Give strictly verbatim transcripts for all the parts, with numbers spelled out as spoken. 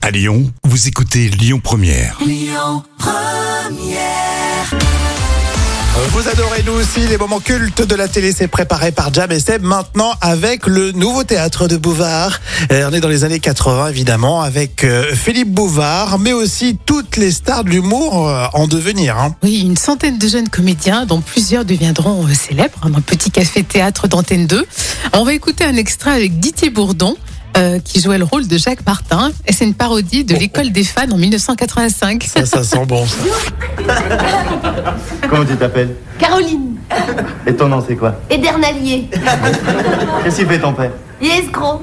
À Lyon, vous écoutez Lyon Première. Lyon Première. Vous adorez nous aussi les moments cultes de la télé, c'est préparé par Jam et Seb maintenant avec le nouveau théâtre de Bouvard. Et on est dans les années quatre-vingts évidemment avec euh, Philippe Bouvard, mais aussi toutes les stars de l'humour euh, en devenir. Hein. Oui, une centaine de jeunes comédiens dont plusieurs deviendront euh, célèbres hein, dans le petit café théâtre d'Antenne deux. On va écouter un extrait avec Didier Bourdon. Euh, qui jouait le rôle de Jacques Martin. Et c'est une parodie de l'École des fans en dix-neuf cent quatre-vingt-cinq. Ça, ça sent bon ça. Comment tu t'appelles? Caroline, Et ton nom c'est quoi? Edernalier, Qu'est-ce qu'il fait ton père? il est escroc.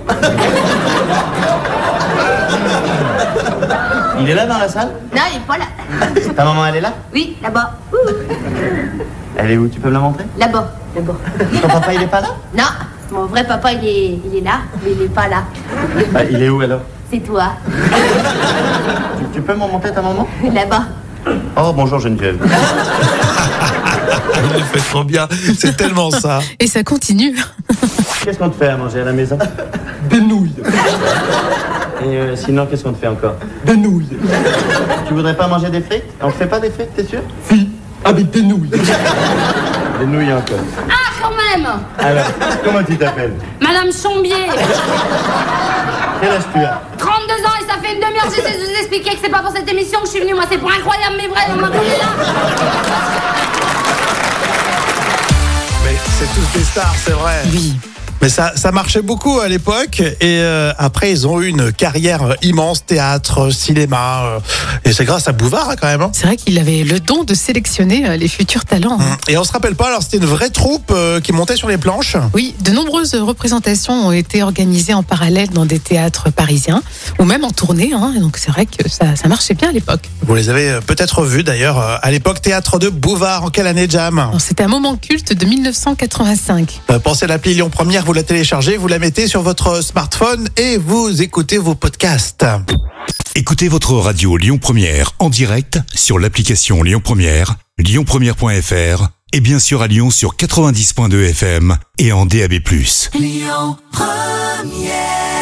Il est là dans la salle? Non, il est pas là. Ta maman elle est là? Oui, là-bas. Ouh, Elle est où? Tu peux me la montrer? là-bas, là-bas. Ton papa il est pas là? Non, mon vrai papa, il est, il est là, mais il est pas là. Bah, il est où alors? C'est toi, tu, tu peux me montrer ta maman? là-bas. Oh bonjour Geneviève. Il le fait trop bien, c'est tellement ça. Et ça continue. Qu'est-ce qu'on te fait à manger à la maison? Des nouilles, Et euh, sinon qu'est-ce qu'on te fait encore? des nouilles, Tu voudrais pas manger des frites? On te fait pas des frites, t'es sûr? fille, avec des nouilles. Des nouilles encore. Ah, quand même! Alors, comment tu t'appelles? Madame Chombier, Quel âge tu as? trente-deux ans et ça fait une demi-heure que j'essaie de vous expliquer que c'est pas pour cette émission que je suis venue, moi c'est pour Incroyable mais vrai, on m'a connu là! Mais c'est tous des stars, c'est vrai. Oui. Mais ça, ça marchait beaucoup à l'époque et euh, après ils ont eu une carrière immense, théâtre, cinéma euh, et c'est grâce à Bouvard hein, quand même. Hein. C'est vrai qu'il avait le don de sélectionner euh, les futurs talents. hein. Et on se rappelle pas, alors c'était une vraie troupe euh, qui montait sur les planches. Oui, de nombreuses représentations ont été organisées en parallèle dans des théâtres parisiens ou même en tournée. Hein, et donc c'est vrai que ça, ça marchait bien à l'époque. Vous les avez euh, peut-être vus d'ailleurs euh, à l'époque, théâtre de Bouvard. En quelle année, Jam? Alors, c'était un moment culte de dix-neuf cent quatre-vingt-cinq. euh, Pensez à l'appli Lyon Première, vous la téléchargez, vous la mettez sur votre smartphone et vous écoutez vos podcasts. Écoutez votre radio Lyon Première en direct sur l'application Lyon Première, lyon première point f r et bien sûr à Lyon sur quatre-vingt-dix point deux F M et en D A B plus. Lyon Première.